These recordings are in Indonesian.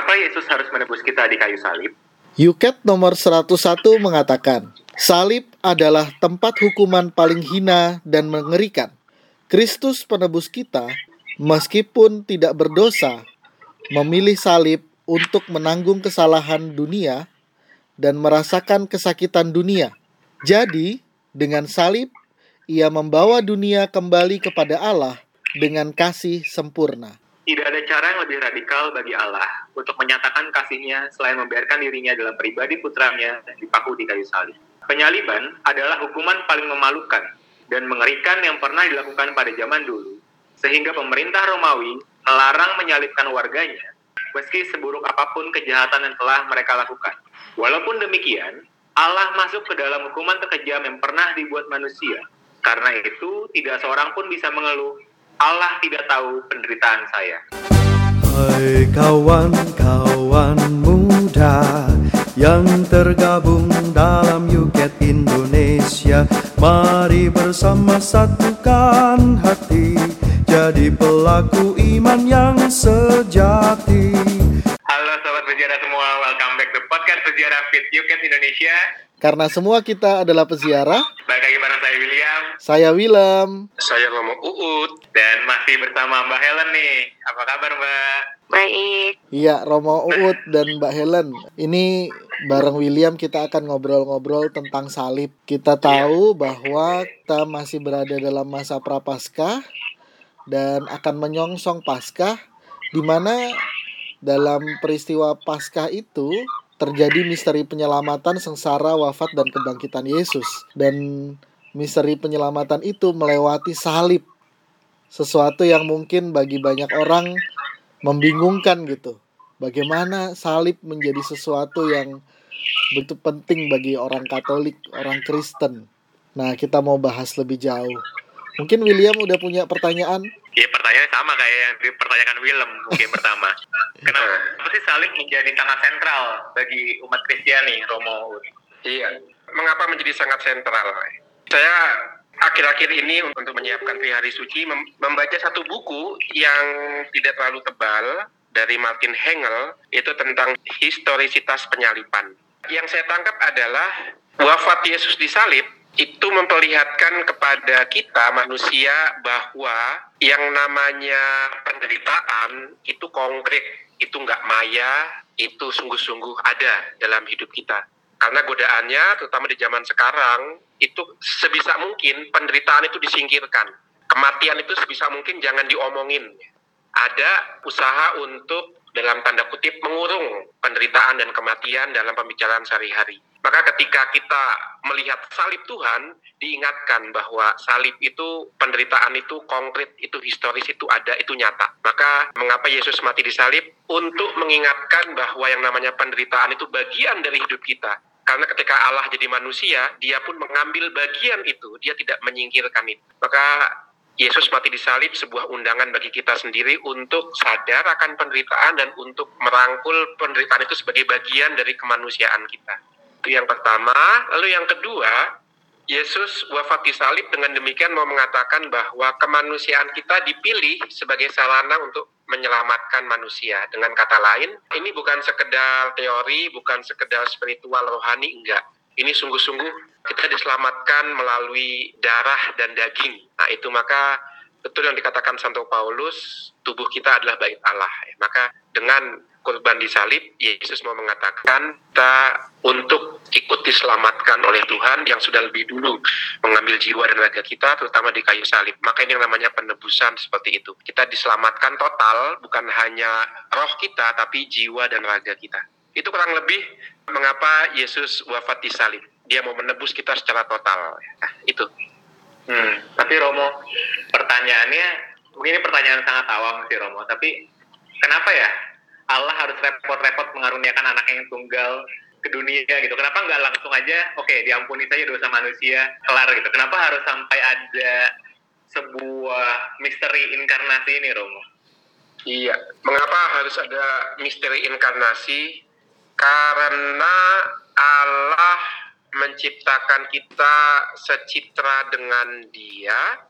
Mengapa Yesus harus menebus kita di kayu salib? Yuket nomor 101 mengatakan, salib adalah tempat hukuman paling hina dan mengerikan. Kristus penebus kita, meskipun tidak berdosa, memilih salib untuk menanggung kesalahan dunia dan merasakan kesakitan dunia. Jadi, dengan salib, ia membawa dunia kembali kepada Allah dengan kasih sempurna. Tidak ada cara yang lebih radikal bagi Allah untuk menyatakan kasih-Nya selain membiarkan dirinya dalam pribadi putranya dipaku di kayu salib. Penyaliban adalah hukuman paling memalukan dan mengerikan yang pernah dilakukan pada zaman dulu, sehingga pemerintah Romawi melarang menyalibkan warganya, meski seburuk apapun kejahatan yang telah mereka lakukan. Walaupun demikian, Allah masuk ke dalam hukuman terkejam yang pernah dibuat manusia. Karena itu, tidak seorang pun bisa mengeluh, Allah tidak tahu penderitaan saya. Hai kawan-kawan muda yang tergabung dalam Yuket Indonesia, mari bersama satukan hati, jadi pelaku iman yang sejati. Halo Sobat Peziarah semua, welcome back to podcast Peziarah Fit Yuket Indonesia. Karena semua kita adalah peziarah. Balik lagi bareng saya William. Saya Willem. Saya Romo Uut. Dan masih bersama Mbak Helen nih. Apa kabar Mbak? Baik. Iya, Romo Uut dan Mbak Helen. Ini bareng William kita akan ngobrol-ngobrol tentang salib. Kita tahu bahwa kita masih berada dalam masa Prapaskah dan akan menyongsong Paskah, di mana dalam peristiwa Paskah itu terjadi misteri penyelamatan, sengsara, wafat, dan kebangkitan Yesus. Dan misteri penyelamatan itu melewati salib. Sesuatu yang mungkin bagi banyak orang membingungkan gitu. Bagaimana salib menjadi sesuatu yang begitu penting bagi orang Katolik, orang Kristen. Nah, kita mau bahas lebih jauh. Mungkin William udah punya pertanyaan? Iya, pertanyaannya sama kayak yang dipertanyakan Willem mungkin pertama. Kenapa sih salib menjadi sangat sentral bagi umat Kristiani, Romo? Iya, mengapa menjadi sangat sentral? Saya akhir-akhir ini untuk menyiapkan Hari Suci membaca satu buku yang tidak terlalu tebal dari Martin Hengel, itu tentang historisitas penyaliban. Yang saya tangkap adalah wafat Yesus di salib itu memperlihatkan kepada kita manusia bahwa yang namanya penderitaan itu konkret, itu nggak maya, itu sungguh-sungguh ada dalam hidup kita. Karena godaannya, terutama di zaman sekarang, itu sebisa mungkin penderitaan itu disingkirkan. Kematian itu sebisa mungkin jangan diomongin. Ada usaha untuk, dalam tanda kutip, mengurung penderitaan dan kematian dalam pembicaraan sehari-hari. Maka ketika kita melihat salib Tuhan, diingatkan bahwa salib itu, penderitaan itu konkret, itu historis, itu ada, itu nyata. Maka mengapa Yesus mati di salib? Untuk mengingatkan bahwa yang namanya penderitaan itu bagian dari hidup kita. Karena ketika Allah jadi manusia, dia pun mengambil bagian itu, dia tidak menyingkirkan itu. Maka Yesus mati di salib sebuah undangan bagi kita sendiri untuk sadar akan penderitaan dan untuk merangkul penderitaan itu sebagai bagian dari kemanusiaan kita. Itu yang pertama. Lalu yang kedua, Yesus wafat di salib dengan demikian mau mengatakan bahwa kemanusiaan kita dipilih sebagai sarana untuk menyelamatkan manusia. Dengan kata lain, ini bukan sekedar teori, bukan sekedar spiritual rohani, enggak. Ini sungguh-sungguh kita diselamatkan melalui darah dan daging. Nah itu maka betul yang dikatakan Santo Paulus, tubuh kita adalah bait Allah. Maka dengan korban di salib, Yesus mau mengatakan kita untuk ikut diselamatkan oleh Tuhan yang sudah lebih dulu mengambil jiwa dan raga kita, terutama di kayu salib. Maka ini yang namanya penebusan seperti itu. Kita diselamatkan total, bukan hanya roh kita, tapi jiwa dan raga kita. Itu kurang lebih mengapa Yesus wafat di salib. Dia mau menebus kita secara total. Nah, itu. Tapi Romo, pertanyaannya, mungkin ini pertanyaan sangat awam sih Romo, tapi kenapa ya Allah harus repot-repot mengaruniakan anak yang tunggal ke dunia gitu? Kenapa nggak langsung aja, oke, diampuni saja dosa manusia, kelar gitu? Kenapa harus sampai ada sebuah misteri inkarnasi ini, Romo? Iya, mengapa harus ada misteri inkarnasi? Karena Allah menciptakan kita secitra dengan Dia,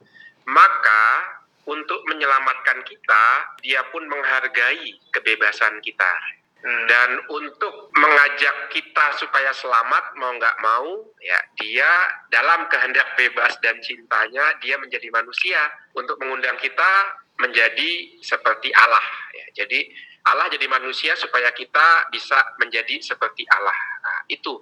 maka untuk menyelamatkan kita, Dia pun menghargai kebebasan kita. Dan untuk mengajak kita supaya selamat, mau nggak mau, ya dia dalam kehendak bebas dan cintanya, dia menjadi manusia untuk mengundang kita menjadi seperti Allah. Ya. Jadi Allah jadi manusia supaya kita bisa menjadi seperti Allah. Nah,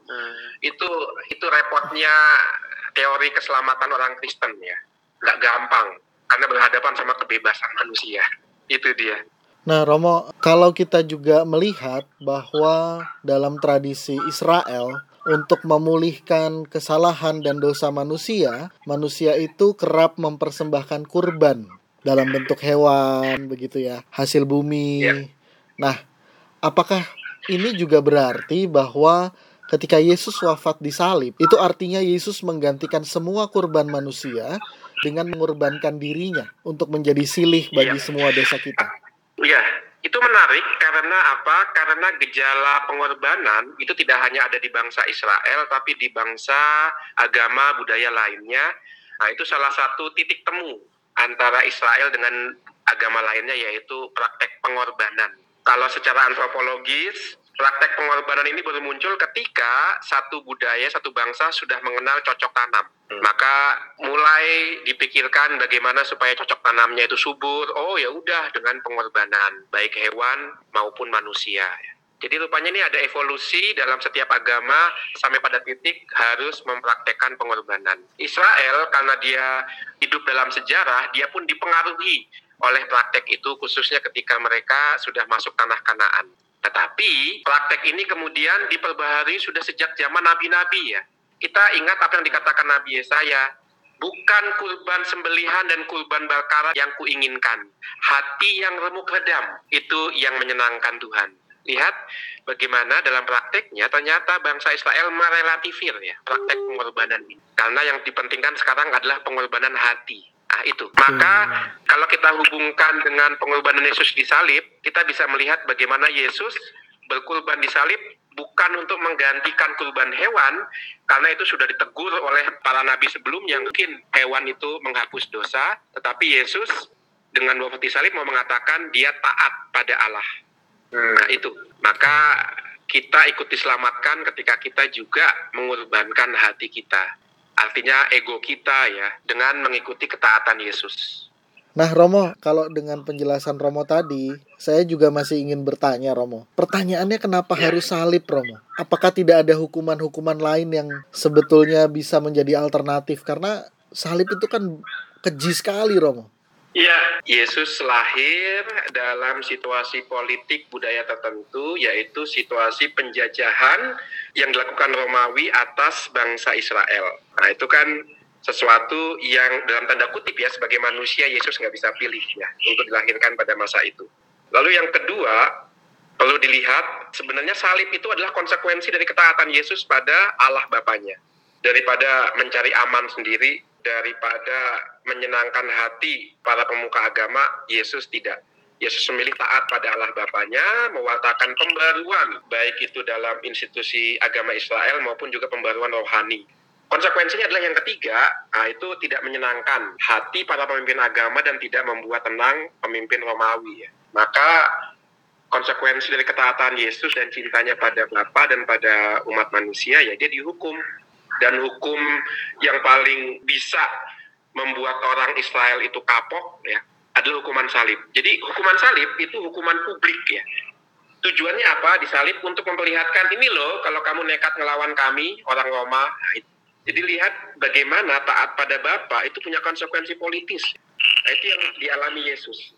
itu repotnya teori keselamatan orang Kristen ya. Nggak gampang, karena berhadapan sama kebebasan manusia. Itu dia. Nah, Romo, kalau kita juga melihat bahwa dalam tradisi Israel, untuk memulihkan kesalahan dan dosa manusia, manusia itu kerap mempersembahkan kurban dalam bentuk hewan, begitu ya, hasil bumi. Ya. Nah, apakah ini juga berarti bahwa ketika Yesus wafat di salib, itu artinya Yesus menggantikan semua kurban manusia dengan mengorbankan dirinya untuk menjadi silih bagi semua dosa kita? Ya, itu menarik karena apa? Karena gejala pengorbanan itu tidak hanya ada di bangsa Israel, tapi di bangsa agama budaya lainnya. Nah, itu salah satu titik temu antara Israel dengan agama lainnya, yaitu praktek pengorbanan. Kalau secara antropologis, praktek pengorbanan ini baru muncul ketika satu budaya, satu bangsa sudah mengenal cocok tanam. Maka mulai dipikirkan bagaimana supaya cocok tanamnya itu subur. Oh ya udah, dengan pengorbanan baik hewan maupun manusia. Jadi rupanya ini ada evolusi dalam setiap agama sampai pada titik harus mempraktekkan pengorbanan. Israel karena dia hidup dalam sejarah, dia pun dipengaruhi oleh praktek itu, khususnya ketika mereka sudah masuk tanah Kanaan. Tetapi praktek ini kemudian diperbaharui sudah sejak zaman nabi-nabi ya. Kita ingat apa yang dikatakan Nabi Yesaya, bukan kurban sembelihan dan kurban bakaran yang kuinginkan, hati yang remuk redam, itu yang menyenangkan Tuhan. Lihat bagaimana dalam prakteknya ternyata bangsa Israel merelatifir ya praktek pengorbanan ini. Karena yang dipentingkan sekarang adalah pengorbanan hati. Nah itu. Maka kalau kita hubungkan dengan pengorbanan Yesus di salib, kita bisa melihat bagaimana Yesus berkurban di salib bukan untuk menggantikan kurban hewan, karena itu sudah ditegur oleh para nabi sebelumnya. Mungkin hewan itu menghapus dosa, tetapi Yesus dengan wafat di salib mau mengatakan dia taat pada Allah. Nah itu. Maka kita ikut diselamatkan ketika kita juga mengorbankan hati kita. Artinya ego kita ya, dengan mengikuti ketaatan Yesus. Nah, Romo, kalau dengan penjelasan Romo tadi, saya juga masih ingin bertanya, Romo. Pertanyaannya kenapa harus salib, Romo? Apakah tidak ada hukuman-hukuman lain yang sebetulnya bisa menjadi alternatif? Karena salib itu kan keji sekali, Romo. Ya, Yesus lahir dalam situasi politik budaya tertentu, yaitu situasi penjajahan yang dilakukan Romawi atas bangsa Israel. Nah, itu kan sesuatu yang dalam tanda kutip ya, sebagai manusia Yesus nggak bisa pilih ya untuk dilahirkan pada masa itu. Lalu yang kedua, perlu dilihat sebenarnya salib itu adalah konsekuensi dari ketaatan Yesus pada Allah Bapanya. Daripada mencari aman sendiri, daripada menyenangkan hati para pemuka agama, Yesus tidak. Yesus memilih taat pada Allah Bapanya, mewartakan pembaruan, baik itu dalam institusi agama Israel maupun juga pembaruan rohani. Konsekuensinya adalah yang ketiga, itu tidak menyenangkan hati para pemimpin agama dan tidak membuat tenang pemimpin Romawi. Ya. Maka konsekuensi dari ketaatan Yesus dan cintanya pada Bapa dan pada umat manusia, ya dia dihukum. Dan hukum yang paling bisa membuat orang Israel itu kapok ya adalah hukuman salib. Jadi hukuman salib itu hukuman publik ya. Tujuannya apa? Disalib untuk memperlihatkan, ini loh kalau kamu nekat ngelawan kami orang Roma. Nah, jadi lihat bagaimana taat pada Bapa itu punya konsekuensi politis. Nah, itu yang dialami Yesus.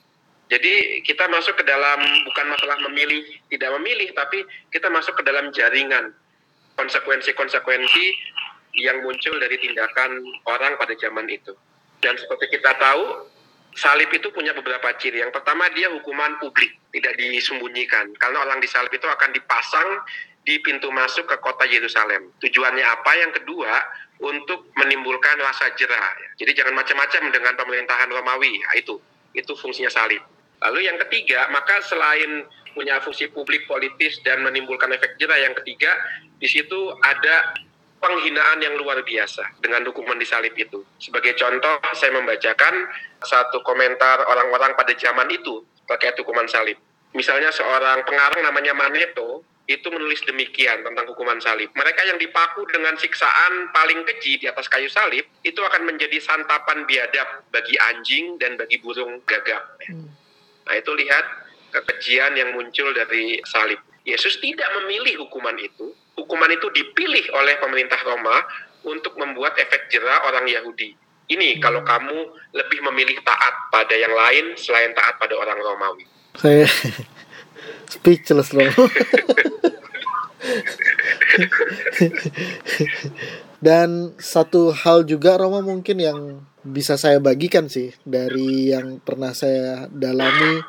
Jadi kita masuk ke dalam, bukan masalah memilih, tidak memilih, tapi kita masuk ke dalam jaringan konsekuensi-konsekuensi yang muncul dari tindakan orang pada zaman itu. Dan seperti kita tahu, salib itu punya beberapa ciri. Yang pertama, dia hukuman publik, tidak disembunyikan. Karena orang di salib itu akan dipasang di pintu masuk ke kota Yerusalem. Tujuannya apa? Yang kedua, untuk menimbulkan rasa jera. Jadi jangan macam-macam dengan pemerintahan Romawi. Nah, itu fungsinya salib. Lalu yang ketiga, maka selain punya fungsi publik, politis, dan menimbulkan efek jera, yang ketiga, di situ ada penghinaan yang luar biasa dengan hukuman di salib itu. Sebagai contoh, saya membacakan satu komentar orang-orang pada zaman itu terkait hukuman salib. Misalnya seorang pengarang namanya Manetho, itu menulis demikian tentang hukuman salib. Mereka yang dipaku dengan siksaan paling keji di atas kayu salib, itu akan menjadi santapan biadab bagi anjing dan bagi burung gagak. Nah, itu lihat kekejian yang muncul dari salib. Yesus tidak memilih hukuman itu. Hukuman itu dipilih oleh pemerintah Roma untuk membuat efek jera orang Yahudi. Ini kalau kamu lebih memilih taat pada yang lain selain taat pada orang Romawi. Saya speechless loh. Dan satu hal juga Romo mungkin yang bisa saya bagikan sih dari yang pernah saya dalami,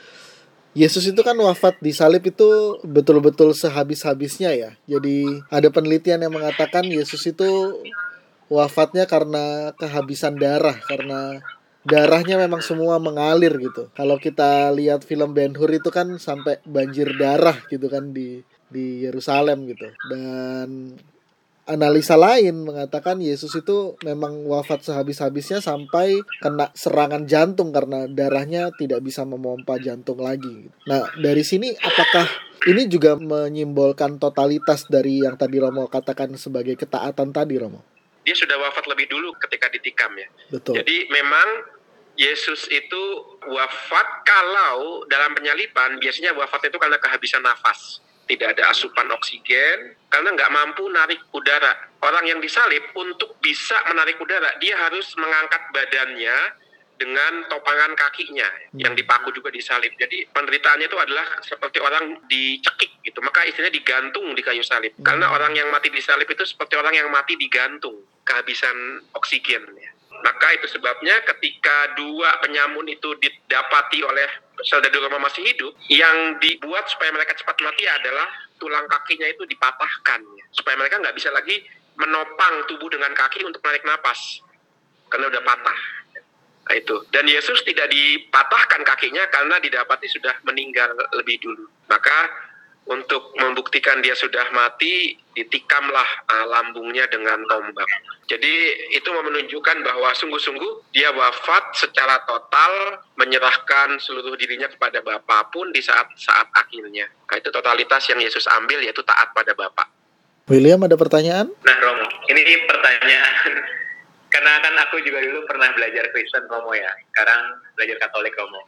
Yesus itu kan wafat di salib itu betul-betul sehabis-habisnya ya. Jadi ada penelitian yang mengatakan Yesus itu wafatnya karena kehabisan darah, karena darahnya memang semua mengalir gitu. Kalau kita lihat film Ben-Hur itu kan sampai banjir darah gitu kan di Yerusalem gitu. Dan analisa lain mengatakan Yesus itu memang wafat sehabis-habisnya sampai kena serangan jantung karena darahnya tidak bisa memompa jantung lagi. Nah, dari sini apakah ini juga menyimbolkan totalitas dari yang tadi Romo katakan sebagai ketaatan tadi, Romo? Dia sudah wafat lebih dulu ketika ditikam ya. Betul. Jadi memang Yesus itu wafat kalau dalam penyaliban biasanya wafat itu karena kehabisan nafas. Tidak ada asupan oksigen karena nggak mampu narik udara. Orang yang disalib untuk bisa menarik udara, dia harus mengangkat badannya dengan topangan kakinya yang dipaku juga disalib. Jadi penderitaannya itu adalah seperti orang dicekik gitu. Maka istilahnya digantung di kayu salib. Karena orang yang mati disalib itu seperti orang yang mati digantung, kehabisan oksigen ya. Maka itu sebabnya ketika dua penyamun itu didapati oleh saudara Roma masih hidup, yang dibuat supaya mereka cepat mati adalah tulang kakinya itu dipatahkan ya. Supaya mereka nggak bisa lagi menopang tubuh dengan kaki untuk menarik napas karena udah patah. Nah, itu. Dan Yesus tidak dipatahkan kakinya karena didapati sudah meninggal lebih dulu. Maka untuk membuktikan dia sudah mati, ditikamlah lambungnya dengan tombak. Jadi itu menunjukkan bahwa sungguh-sungguh dia wafat secara total, menyerahkan seluruh dirinya kepada Bapa pun di saat-saat akhirnya. Nah, itu totalitas yang Yesus ambil, yaitu taat pada Bapa. William, ada pertanyaan? Nah, Romo, ini pertanyaan. Karena kan aku juga dulu pernah belajar Kristen, Romo ya. Sekarang belajar Katolik, Romo.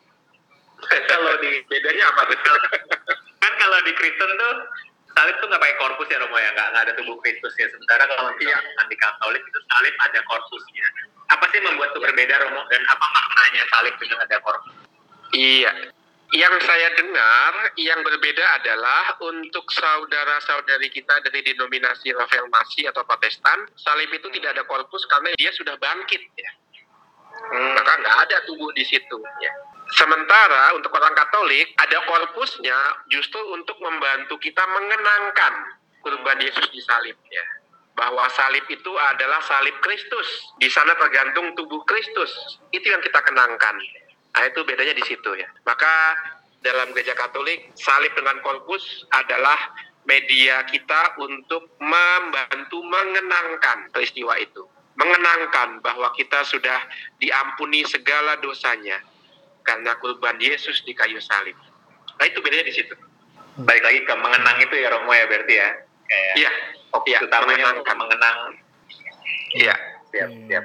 Kalau di Bedanya apa betul? kan kalau di Kristen tuh salib tuh nggak pakai korpus ya, Romo ya, nggak ada tubuh Kristusnya. Sementara kalau misalkan di Katolik itu salib ada korpusnya. Apa sih membuat itu berbeda, Romo? Dan apa maknanya salib dengan ada korpus? Iya. Yang saya dengar, yang berbeda adalah untuk saudara-saudari kita dari denominasi Reformasi atau Protestan, salib itu tidak ada korpus karena dia sudah bangkit ya. Maka nggak ada tubuh di situ ya. Sementara untuk orang Katolik ada korpusnya justru untuk membantu kita mengenangkan kurban Yesus di salib ya. Bahwa salib itu adalah salib Kristus. Di sana tergantung tubuh Kristus. Itu yang kita kenangkan. Nah, itu bedanya di situ ya. Maka dalam gereja Katolik, salib dengan korpus adalah media kita untuk membantu mengenangkan peristiwa itu. Mengenangkan bahwa kita sudah diampuni segala dosanya karena kurban Yesus di kayu salib. Nah, itu bedanya di situ. Balik lagi ke mengenang itu ya, Romo ya, berarti ya. Kayak Iya. fokus utamanya untuk mengenang. Iya. Siap.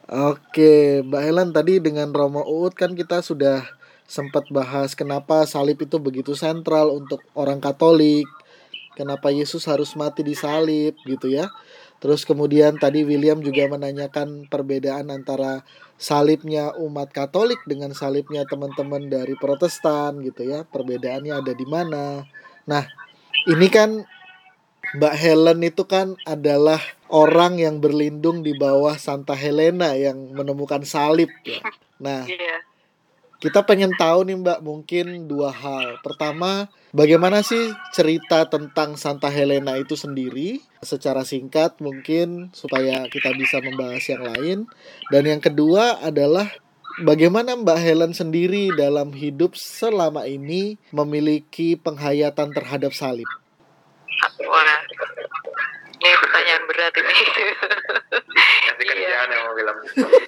Oke, Mbak Helen, tadi dengan Romo Uut kan kita sudah sempat bahas kenapa salib itu begitu sentral untuk orang Katolik, kenapa Yesus harus mati di salib gitu ya. Terus kemudian tadi William juga menanyakan perbedaan antara salibnya umat Katolik dengan salibnya teman-teman dari Protestan gitu ya. Perbedaannya ada di mana? Nah, ini kan Mbak Helen itu kan adalah orang yang berlindung di bawah Santa Helena yang menemukan salib ya. Nah, kita pengen tahu nih Mbak, mungkin dua hal. Pertama, bagaimana sih cerita tentang Santa Helena itu sendiri secara singkat mungkin supaya kita bisa membahas yang lain. Dan yang kedua adalah bagaimana Mbak Helen sendiri dalam hidup selama ini memiliki penghayatan terhadap salib. Ini pertanyaan berat ini. Kasih kerjaan yang mau bilang.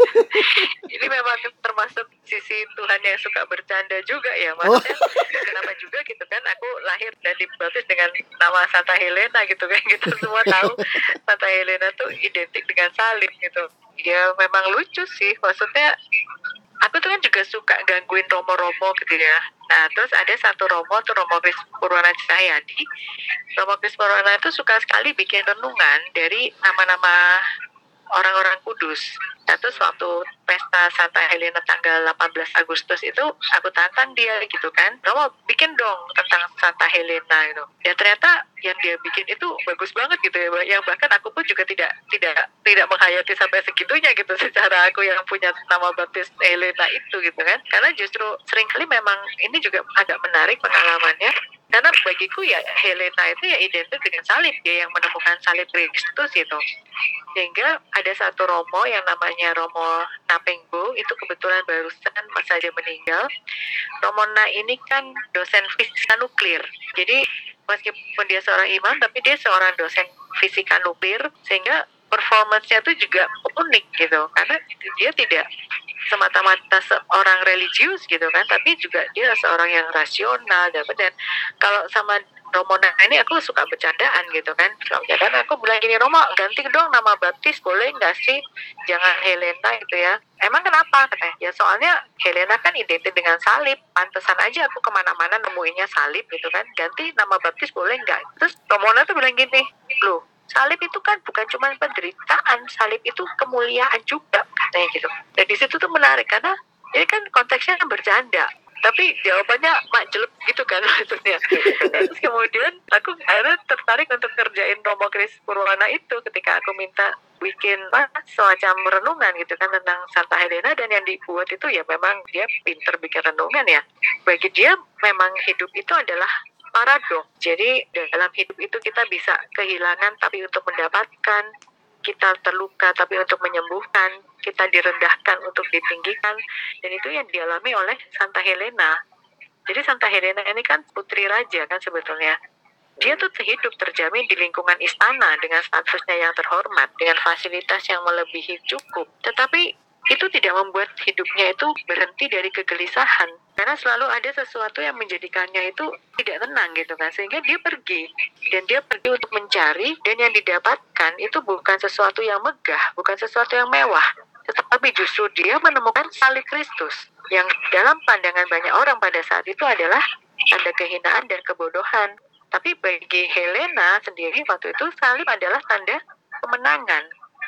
Ini memang termasuk sisi Tuhan yang suka bercanda juga ya. Maksudnya kenapa juga gitu kan, aku lahir dan dibaptis dengan nama Santa Helena gitu kan. Kita semua tahu Santa Helena tuh identik dengan salib gitu. Ya memang lucu sih, maksudnya aku tuh kan juga suka gangguin romo-romo gitu ya. Nah terus ada satu romo tuh, Romo Kris Purwana Cahyadi. Romo Kris Purwana itu suka sekali bikin renungan dari nama-nama orang-orang kudus. Nah, terus waktu pesta Santa Helena tanggal 18 Agustus itu aku tantang dia gitu kan, Romo bikin dong tentang Santa Helena itu. Ya ternyata yang dia bikin itu bagus banget gitu ya, yang bahkan aku pun juga tidak menghayati sampai segitunya gitu secara aku yang punya nama baptis Helena itu gitu kan. Karena justru seringkali memang ini juga agak menarik pengalamannya. Karena bagiku ya Helena itu ya identik dengan salib, dia yang menemukan salib Kristus itu. Sehingga ada satu romo yang namanya Romo Napengbo, itu kebetulan barusan saja meninggal. Romo Na ini kan dosen fisika nuklir. Jadi meskipun dia seorang imam, tapi dia seorang dosen fisika nuklir, sehingga performance-nya itu juga unik gitu. Karena dia tidak semata-mata seorang religius gitu kan, tapi juga dia seorang yang rasional. Dan kalau sama Romo Nah ini aku suka bercandaan gitu kan, aku bilang gini, Romo ganti dong nama baptis boleh nggak sih, jangan Helena gitu ya. Emang kenapa? Katanya, ya soalnya Helena kan identik dengan salib, pantesan aja aku kemana-mana nemuinnya salib gitu kan, ganti nama baptis boleh nggak. Terus Romo Nah tuh bilang gini, loh salib itu kan bukan cuma penderitaan, salib itu kemuliaan juga katanya gitu. Dan di situ tuh menarik karena ini kan konteksnya bercanda, tapi jawabannya jelek gitu kan maksudnya. Terus kemudian aku akhirnya tertarik untuk kerjain Romo Kris Purwana itu ketika aku minta bikin semacam renungan gitu kan tentang Santa Helena, dan yang dibuat itu ya memang dia pinter bikin renungan ya. Bagi dia memang hidup itu adalah paradok. Jadi dalam hidup itu kita bisa kehilangan tapi untuk mendapatkan, kita terluka tapi untuk menyembuhkan, kita direndahkan untuk ditinggikan, dan itu yang dialami oleh Santa Helena. Jadi Santa Helena ini kan putri raja kan sebetulnya. Dia tuh hidup terjamin di lingkungan istana dengan statusnya yang terhormat, dengan fasilitas yang melebihi cukup. Tetapi itu tidak membuat hidupnya itu berhenti dari kegelisahan, karena selalu ada sesuatu yang menjadikannya itu tidak tenang gitu kan, sehingga dia pergi, dan dia pergi untuk mencari, dan yang didapatkan itu bukan sesuatu yang megah, bukan sesuatu yang mewah, tetapi justru dia menemukan salib Kristus yang dalam pandangan banyak orang pada saat itu adalah tanda kehinaan dan kebodohan. Tapi bagi Helena sendiri waktu itu salib adalah tanda kemenangan,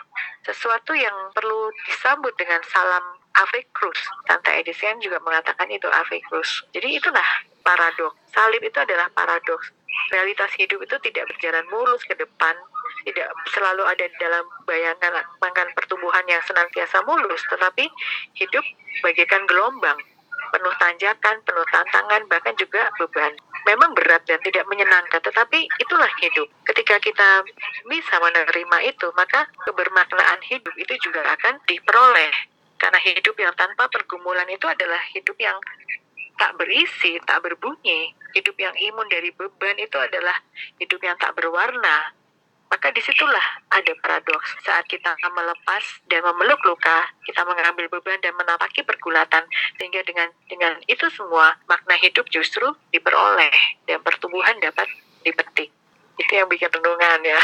sesuatu yang perlu disambut dengan salam Ave Cruz. Santa Edison juga mengatakan itu Ave Cruz. Jadi itulah paradoks. Salib itu adalah paradoks. Realitas hidup itu tidak berjalan mulus ke depan, tidak selalu ada di dalam bayangan pertumbuhan yang senantiasa mulus, tetapi hidup bagaikan gelombang, penuh tanjakan, penuh tantangan, bahkan juga beban. Memang berat dan tidak menyenangkan, tetapi itulah hidup. Ketika kita bisa menerima itu, maka kebermaknaan hidup itu juga akan diperoleh. Karena hidup yang tanpa pergumulan itu adalah hidup yang tak berisi, tak berbunyi. Hidup yang imun dari beban itu adalah hidup yang tak berwarna. Maka disitulah ada paradoks. Saat kita melepas dan memeluk luka, kita mengambil beban dan menapaki pergulatan, sehingga dengan itu semua makna hidup justru diperoleh dan pertumbuhan dapat dipetik. Itu yang bikin renungan ya.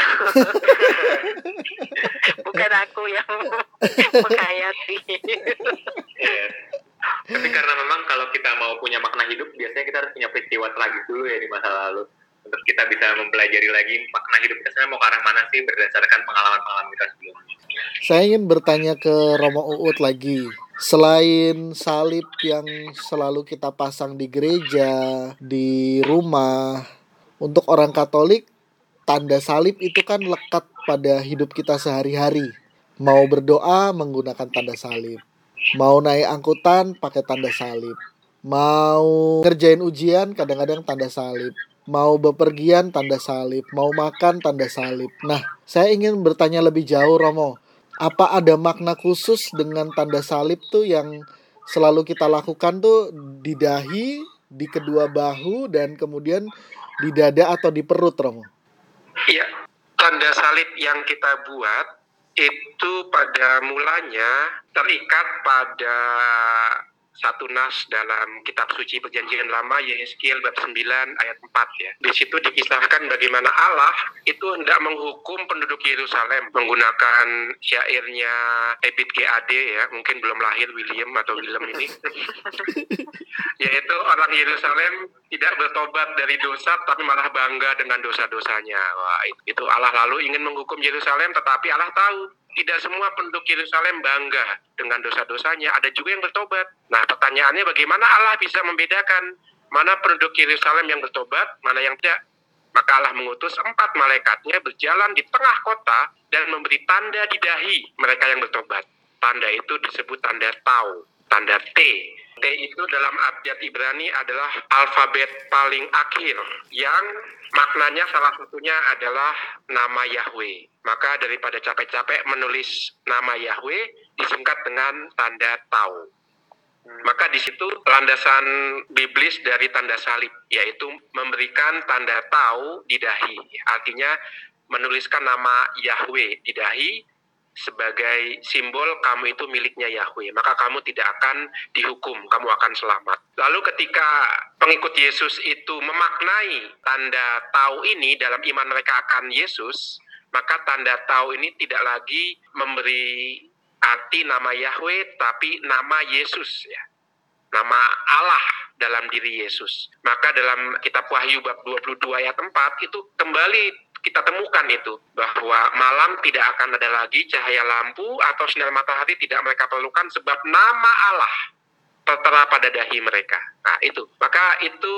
Bukan aku yang menghayati. Tapi karena memang kalau kita mau punya makna hidup, biasanya kita harus punya peristiwa tragis dulu ya di masa lalu, untuk kita bisa mempelajari lagi makna hidup kita sebenarnya mau ke arah mana sih berdasarkan pengalaman-pengalaman kita sebelumnya. Saya ingin bertanya ke Romo Uut lagi. Selain salib yang selalu kita pasang di gereja, di rumah, untuk orang Katolik, tanda salib itu kan lekat pada hidup kita sehari-hari. Mau berdoa menggunakan tanda salib, mau naik angkutan pakai tanda salib, mau ngerjain ujian kadang-kadang tanda salib, mau bepergian tanda salib, mau makan tanda salib. Nah, saya ingin bertanya lebih jauh, Romo. Apa ada makna khusus dengan tanda salib tuh yang selalu kita lakukan tuh di dahi, di kedua bahu, dan kemudian di dada atau di perut, Romo? Iya, tanda salib yang kita buat itu pada mulanya terikat pada satu nas dalam kitab suci Perjanjian Lama, Yehezkiel bab 9 ayat 4 ya. Di situ dikisahkan bagaimana Allah itu hendak menghukum penduduk Yerusalem menggunakan syairnya Ebit GAD ya, mungkin belum lahir William atau Willem ini. Yaitu orang Yerusalem tidak bertobat dari dosa tapi malah bangga dengan dosa-dosanya. Wah, itu Allah lalu ingin menghukum Yerusalem, tetapi Allah tahu tidak semua penduduk Yerusalem bangga dengan dosa-dosanya, ada juga yang bertobat. Nah, pertanyaannya bagaimana Allah bisa membedakan mana penduduk Yerusalem yang bertobat, mana yang tidak? Maka Allah mengutus 4 malaikatnya berjalan di tengah kota dan memberi tanda di dahi mereka yang bertobat. Tanda itu disebut tanda Tau, tanda T. T itu dalam abjad Ibrani adalah alfabet paling akhir yang maknanya salah satunya adalah nama Yahweh. Maka daripada capek-capek menulis nama Yahweh disingkat dengan tanda Tau. Maka di situ landasan biblis dari tanda salib, yaitu memberikan tanda Tau di dahi. Artinya menuliskan nama Yahweh di dahi sebagai simbol kamu itu miliknya Yahweh, maka kamu tidak akan dihukum, kamu akan selamat. Lalu ketika pengikut Yesus itu memaknai tanda Tau ini dalam iman mereka akan Yesus, maka tanda Tau ini tidak lagi memberi arti nama Yahweh, tapi nama Yesus ya, nama Allah dalam diri Yesus. Maka dalam kitab Wahyu bab 22 ayat 4 itu kembali kita temukan itu, bahwa malam tidak akan ada lagi cahaya lampu atau sinar matahari tidak mereka perlukan, sebab nama Allah tertera pada dahi mereka. Nah itu, maka itu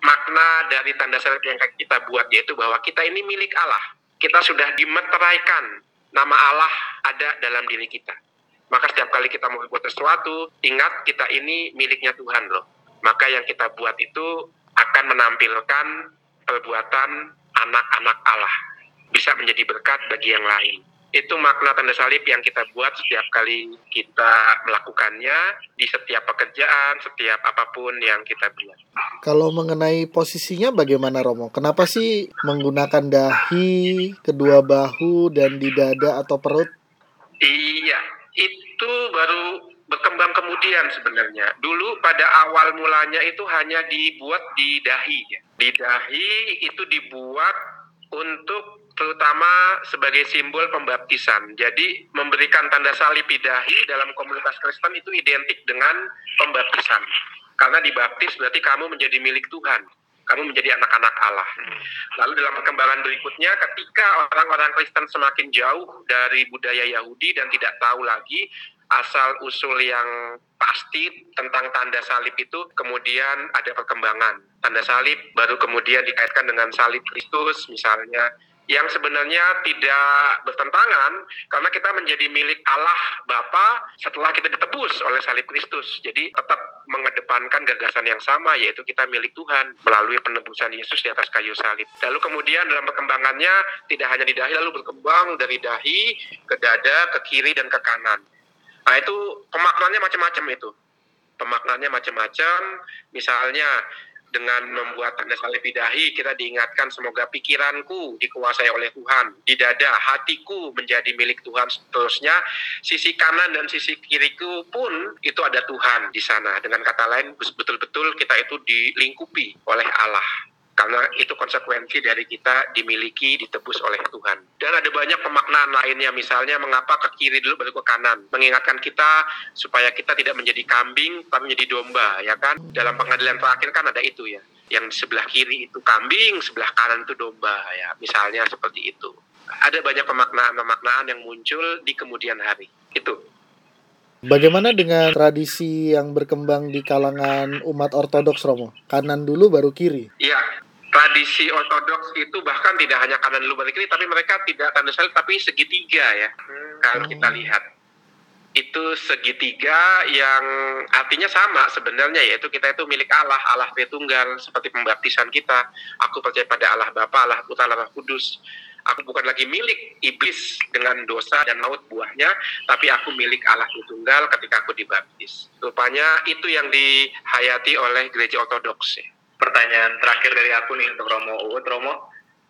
makna dari tanda salib yang kita buat, yaitu bahwa kita ini milik Allah. Kita sudah dimeteraikan, nama Allah ada dalam diri kita. Maka setiap kali kita mau berbuat sesuatu, ingat kita ini miliknya Tuhan loh. Maka yang kita buat itu akan menampilkan perbuatan anak-anak Allah, bisa menjadi berkat bagi yang lain. Itu makna tanda salib yang kita buat setiap kali kita melakukannya di setiap pekerjaan, setiap apapun yang kita buat. Kalau mengenai posisinya bagaimana Romo? Kenapa sih menggunakan dahi, kedua bahu, dan di dada atau perut? Iya, itu baru berkembang kemudian sebenarnya. Dulu pada awal mulanya itu hanya dibuat di dahi. Di dahi itu dibuat untuk terutama sebagai simbol pembaptisan. Jadi memberikan tanda salib di dahi dalam komunitas Kristen itu identik dengan pembaptisan. Karena dibaptis berarti kamu menjadi milik Tuhan. Kamu menjadi anak-anak Allah. Lalu dalam perkembangan berikutnya, ketika orang-orang Kristen semakin jauh dari budaya Yahudi dan tidak tahu lagi asal-usul yang pasti tentang tanda salib itu, kemudian ada perkembangan. Tanda salib baru kemudian dikaitkan dengan salib Kristus misalnya, yang sebenarnya tidak bertentangan karena kita menjadi milik Allah Bapa setelah kita ditebus oleh salib Kristus. Jadi tetap mengedepankan gagasan yang sama, yaitu kita milik Tuhan melalui penebusan Yesus di atas kayu salib. Lalu kemudian dalam perkembangannya tidak hanya di dahi, lalu berkembang dari dahi ke dada, ke kiri dan ke kanan. Nah itu pemaknaannya macam-macam itu. Pemaknaannya macam-macam. Misalnya dengan membuat tanda salib di dahi, kita diingatkan semoga pikiranku dikuasai oleh Tuhan. Di dada, hatiku menjadi milik Tuhan. Seterusnya, sisi kanan dan sisi kiriku pun itu ada Tuhan di sana. Dengan kata lain, betul-betul kita itu dilingkupi oleh Allah. Karena itu konsekuensi dari kita dimiliki, ditebus oleh Tuhan. Dan ada banyak pemaknaan lainnya, misalnya mengapa ke kiri dulu baru ke kanan. Mengingatkan kita supaya kita tidak menjadi kambing, tapi menjadi domba, ya kan? Dalam pengadilan terakhir kan ada itu ya. Yang di sebelah kiri itu kambing, sebelah kanan itu domba, ya. Misalnya seperti itu. Ada banyak pemaknaan-pemaknaan yang muncul di kemudian hari. Itu. Bagaimana dengan tradisi yang berkembang di kalangan umat Ortodoks, Romo? Kanan dulu baru kiri. Iya. Tradisi Ortodoks itu bahkan tidak hanya kanan dulu baru kiri, tapi mereka tidak tanda salib, tapi segitiga ya. Kalau kita lihat, itu segitiga yang artinya sama sebenarnya, yaitu kita itu milik Allah, Allah Tritunggal, seperti pembaptisan kita. Aku percaya pada Allah Bapa, Allah Putra, Allah Kudus. Aku bukan lagi milik iblis dengan dosa dan maut buahnya, tapi aku milik Allah Tritunggal ketika aku dibaptis. Rupanya itu yang dihayati oleh gereja Ortodoks ya. Pertanyaan terakhir dari aku nih untuk Romo Uut. Romo,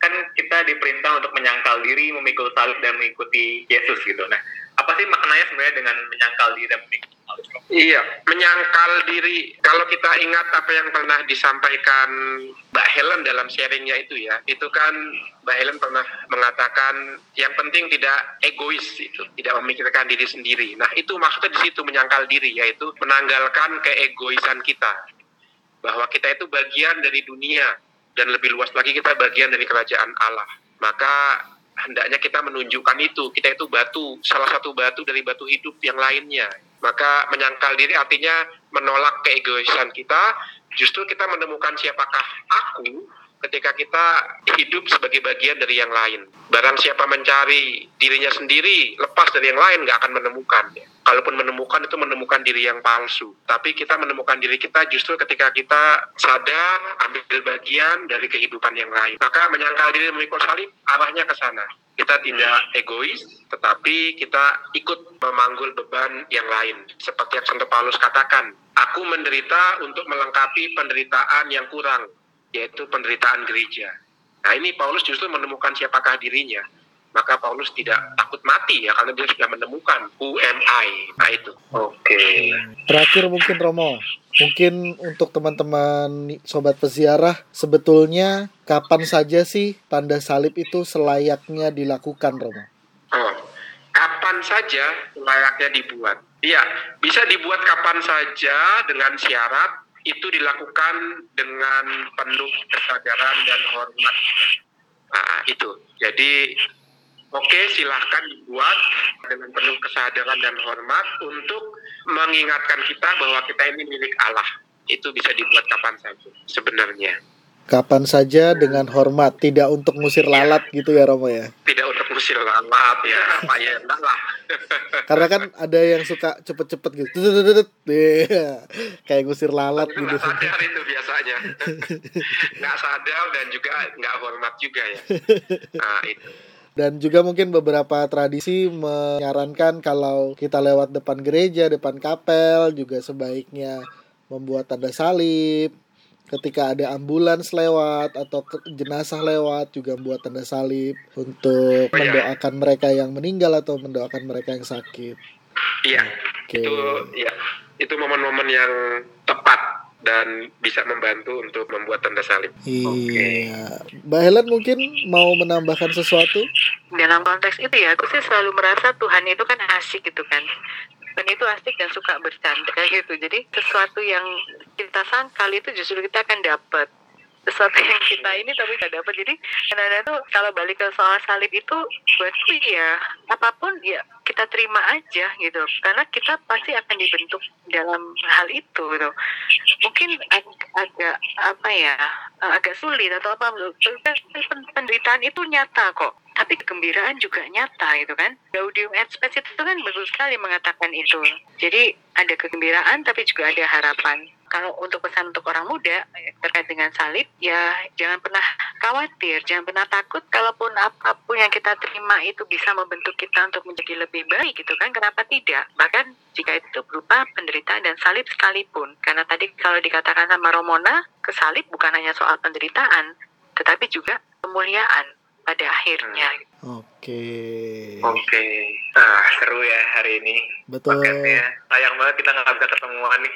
kan kita diperintah untuk menyangkal diri, memikul salib dan mengikuti Yesus gitu. Nah, apa sih maknanya sebenarnya dengan menyangkal diri dan memikul salib? Iya, menyangkal diri. Kalau kita ingat apa yang pernah disampaikan Mbak Helen dalam sharingnya itu ya, itu kan Mbak Helen pernah mengatakan yang penting tidak egois itu, tidak memikirkan diri sendiri. Nah, itu maksudnya di situ menyangkal diri, yaitu menanggalkan keegoisan kita. Bahwa kita itu bagian dari dunia, dan lebih luas lagi kita bagian dari kerajaan Allah. Maka hendaknya kita menunjukkan itu, kita itu batu, salah satu batu dari batu hidup yang lainnya. Maka menyangkal diri artinya menolak keegoisan kita, justru kita menemukan siapakah aku ketika kita hidup sebagai bagian dari yang lain. Barang siapa mencari dirinya sendiri, lepas dari yang lain, nggak akan menemukan. Kalaupun menemukan, itu menemukan diri yang palsu. Tapi kita menemukan diri kita justru ketika kita sadar, ambil bagian dari kehidupan yang lain. Maka menyangkal diri memikul salib, arahnya ke sana. Kita tidak egois, tetapi kita ikut memanggul beban yang lain. Seperti yang Santo Paulus katakan, aku menderita untuk melengkapi penderitaan yang kurang, yaitu penderitaan gereja. Nah, ini Paulus justru menemukan siapakah dirinya. Maka Paulus tidak takut mati ya, karena dia sudah menemukan who am I. Nah itu. Oke. Terakhir mungkin Romo, mungkin untuk teman-teman sobat peziarah, sebetulnya kapan saja sih tanda salib itu selayaknya dilakukan, Romo? Oh, kapan saja layaknya dibuat? Iya, bisa dibuat kapan saja dengan syarat itu dilakukan dengan penuh kesadaran dan hormat. Nah, itu. Jadi, oke, silahkan dibuat dengan penuh kesadaran dan hormat untuk mengingatkan kita bahwa kita ini milik Allah. Itu bisa dibuat kapan saja sebenarnya. Kapan saja dengan hormat, tidak untuk ngusir lalat gitu ya Romo ya? Tidak untuk ngusir lalat ya, Pak ya, enggak lah. Karena kan ada yang suka cepet-cepet gitu, kayak ngusir lalat itu gitu. nggak sadar itu biasanya. Nggak sadar dan juga nggak hormat juga ya. Nah itu. Dan juga mungkin beberapa tradisi menyarankan kalau kita lewat depan gereja, depan kapel, juga sebaiknya membuat tanda salib. Ketika ada ambulans lewat atau jenazah lewat, juga membuat tanda salib untuk mendoakan mereka yang meninggal atau mendoakan mereka yang sakit. Iya, Oke. itu momen-momen yang tepat dan bisa membantu untuk membuat tanda salib. Iya. Mbak Helen mungkin mau menambahkan sesuatu? Dalam konteks itu ya, aku sih selalu merasa Tuhan itu kan asik gitu kan. Dan itu asik dan suka bercanda gitu. Jadi sesuatu yang kita sangkal itu justru kita akan dapat. Sesuatu yang kita ini tapi nggak dapat. Jadi kadang-kadang tuh kalau balik ke soal salib itu, buatku ya apapun ya kita terima aja gitu. Karena kita pasti akan dibentuk dalam hal itu gitu. Mungkin agak agak sulit atau apa. Penderitaan itu nyata kok. Tapi kegembiraan juga nyata gitu kan. Gaudium et Spes itu kan bagus sekali mengatakan itu. Jadi ada kegembiraan tapi juga ada harapan. Kalau untuk pesan untuk orang muda terkait dengan salib, ya jangan pernah khawatir, jangan pernah takut. Kalaupun apapun yang kita terima itu bisa membentuk kita untuk menjadi lebih baik gitu kan, kenapa tidak? Bahkan jika itu berupa penderitaan dan salib sekalipun. Karena tadi kalau dikatakan sama Romona, kesalib bukan hanya soal penderitaan, tetapi juga kemuliaan pada akhirnya. Oke. Seru ya hari ini. Betul. Paketnya. Sayang banget kita nggak bisa ketemuan nih.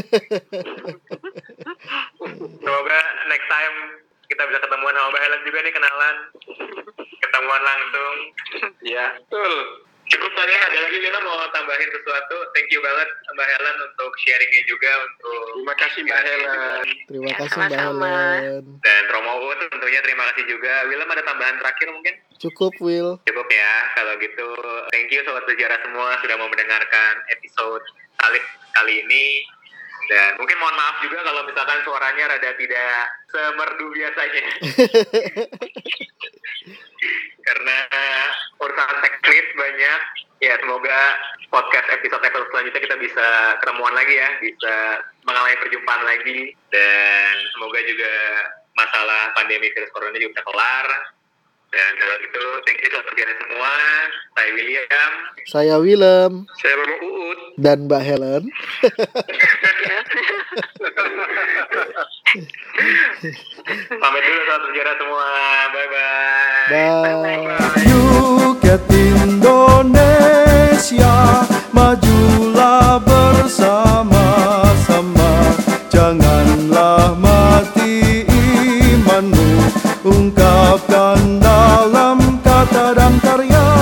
Semoga next time kita bisa ketemuan sama Mbak Helen juga nih, kenalan. Ketemuan langsung. Ya, betul. Cukup tadi, ada lagi Lina mau tambahin sesuatu? Thank you banget Mbak Helen untuk sharingnya juga. Terima kasih Mbak Helen. Terima kasih Mbak sama-sama. Helen. Dan Romo Uut tentunya terima kasih juga. Willem ada tambahan terakhir mungkin? Cukup Will. Cukup ya, kalau gitu thank you sobat sejarah semua sudah mau mendengarkan episode salib kali ini. Dan mungkin mohon maaf juga kalau misalkan suaranya rada tidak semerdu biasanya. Karena urusan teknis banyak. Ya semoga podcast episode selanjutnya kita bisa ketemuan lagi ya, bisa mengalami perjumpaan lagi. Dan semoga juga masalah pandemi virus corona juga bisa kelar. Dan kalau gitu, thank you sobat sejarah semua. Saya William. Saya Willem. Saya Romo Uut. Dan Mbak Helen. Pamit dulu sahabat sejarah semua. Bye-bye. Bye. Yuket Indonesia, majulah bersama-sama. Janganlah mati imanmu, ungkapkan dalam kata dan karya.